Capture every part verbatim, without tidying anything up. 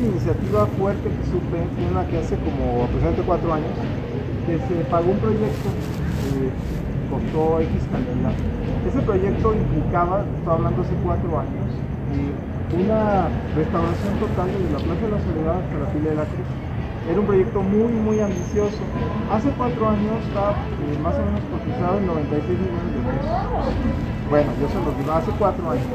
iniciativa fuerte que supe, una que hace como aproximadamente cuatro años, que se pagó un proyecto, eh, costó X cantidad. Ese proyecto implicaba, estaba hablando hace cuatro años, eh, una restauración total de la Plaza de la Soledad hasta la Pila de la Cruz. Era un proyecto muy, muy ambicioso. Hace cuatro años estaba eh, más o menos cotizado en noventa y seis millones de pesos. Bueno, yo se los digo, hace cuatro años.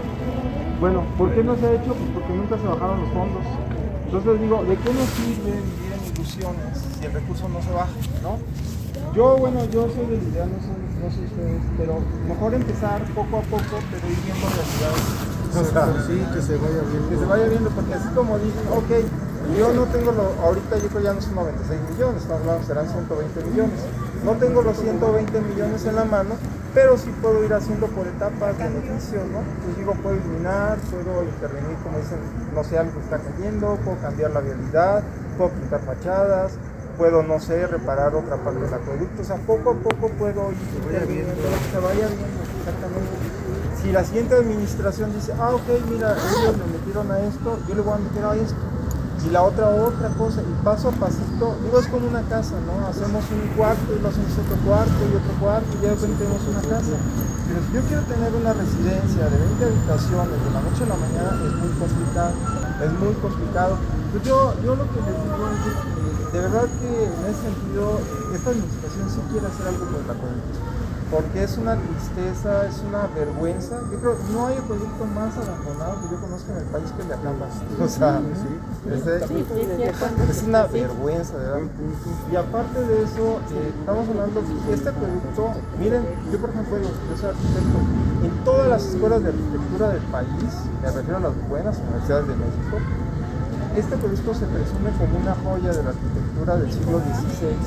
Bueno, ¿por qué no se ha hecho? Pues porque nunca se bajaron los fondos. Entonces digo, ¿de qué nos sirve vivir en ilusiones si el recurso no se baja, ¿no? Yo, bueno, yo soy del ideal, no sé, no sé ustedes, pero mejor empezar poco a poco, pero ir viendo realidades. O sea, sí, que se vaya viendo. Que se vaya viendo, porque así como dicen, ok, yo no tengo, lo, ahorita yo creo ya no son noventa y seis millones, estamos hablando, serán ciento veinte millones. No tengo los ciento veinte millones en la mano, pero sí puedo ir haciendo por etapas beneficios, ¿no? Entonces digo, puedo iluminar, puedo intervenir, como dicen, no sé, algo está cayendo, puedo cambiar la vialidad, puedo pintar fachadas, puedo, no sé, reparar otra parte del acueducto, o sea, poco a poco puedo ir interviniendo, que se vaya viendo, exactamente. Si la siguiente administración dice, ah, ok, mira, ellos me metieron a esto, yo le voy a meter a esto, y la otra otra cosa, y paso a pasito, digo, es como una casa, ¿no? Hacemos un cuarto y lo hacemos otro cuarto y otro cuarto y ya de repente tenemos una casa. Pero si yo quiero tener una residencia de veinte habitaciones de la noche a la mañana, es muy complicado, es muy complicado. Pues yo, yo lo que les digo es que de verdad que en ese sentido, esta administración sí quiere hacer algo por el acueducto, porque es una tristeza, es una vergüenza. Yo creo que no hay acueducto más abandonado que yo conozca en el país que el de Acambas. O sea, sí, es, de, sí, sí, es una vergüenza, ¿verdad? Y aparte de eso, eh, estamos hablando de este acueducto. Miren, yo por ejemplo, yo soy arquitecto, en todas las escuelas de arquitectura del país, me refiero a las buenas universidades de México, este acueducto se presume como una joya de la arquitectura del siglo dieciséis.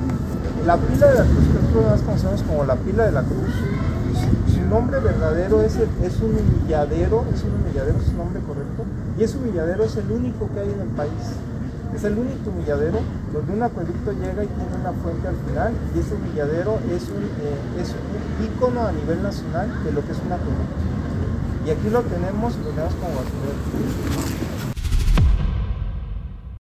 La Pila de la Cruz, que nosotros más conocemos como la Pila de la Cruz, su, su nombre verdadero es, el, es un humilladero, es un humilladero, es su nombre correcto, y ese humilladero es el único que hay en el país. Es el único humilladero donde un acueducto llega y tiene una fuente al final, y ese humilladero es un, eh, es un ícono a nivel nacional de lo que es un acueducto. Y aquí lo tenemos y lo tenemos como basurero.